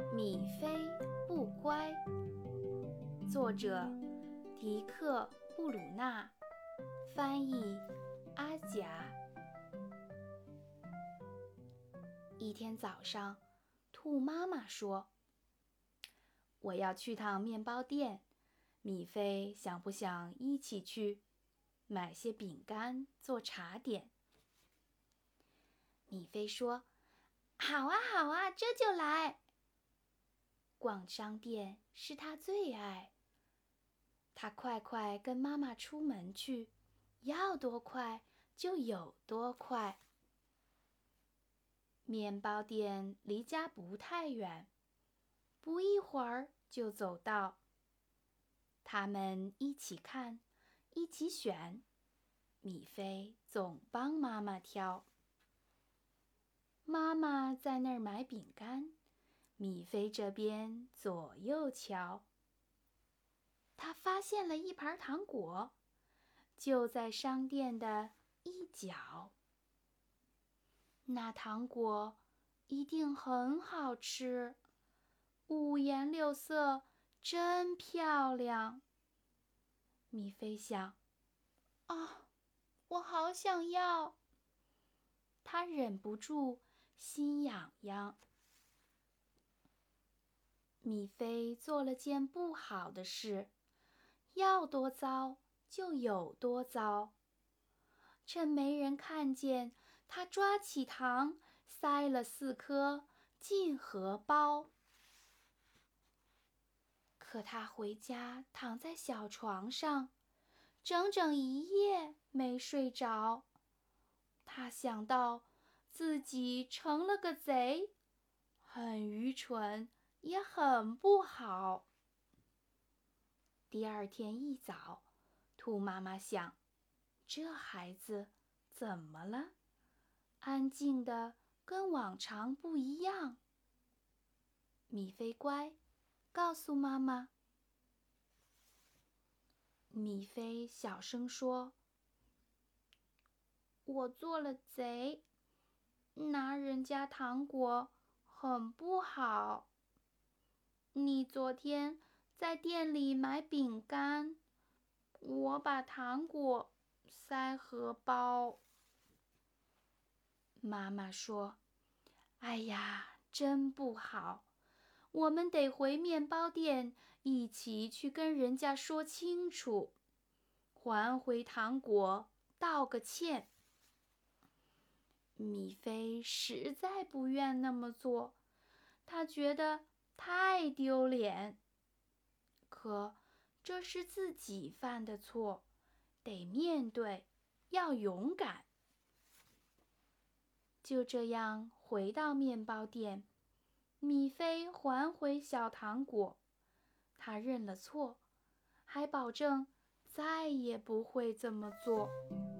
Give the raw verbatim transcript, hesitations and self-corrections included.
米菲不乖，作者迪克·布鲁纳，翻译阿甲。一天早上，兔妈妈说：“我要去趟面包店，米菲想不想一起去？买些饼干做茶点？”米菲说：“好啊，好啊，这就来。”逛商店是她最爱。她快快跟妈妈出门去，要多快就有多快。面包店离家不太远，不一会儿就走到。他们一起看，一起选，米菲总帮妈妈挑。妈妈在那儿买饼干，米菲这边左右瞧。她发现了一盘糖果，就在商店的一角。那糖果一定很好吃，五颜六色，真漂亮。米菲想：啊，我好想要！她忍不住心痒痒。米菲做了件不好的事，要多糟就有多糟。趁没人看见，她抓起糖，塞了四颗进荷包。可她回家躺在小床上，整整一夜没睡着。她想到自己成了个贼，很愚蠢，也很不好。第二天一早，兔妈妈想，这孩子怎么了？安静的跟往常不一样。米菲乖，告诉妈妈。米菲小声说：“我做了贼，拿人家糖果很不好。你昨天在店里买饼干，我把糖果塞荷包。”妈妈说：“哎呀，真不好，我们得回面包店，一起去跟人家说清楚，还回糖果，道个歉。”米菲实在不愿那么做，她觉得太丢脸。可这是自己犯的错，得面对，要勇敢。就这样回到面包店，米菲还回小糖果，她认了错，还保证再也不会这么做。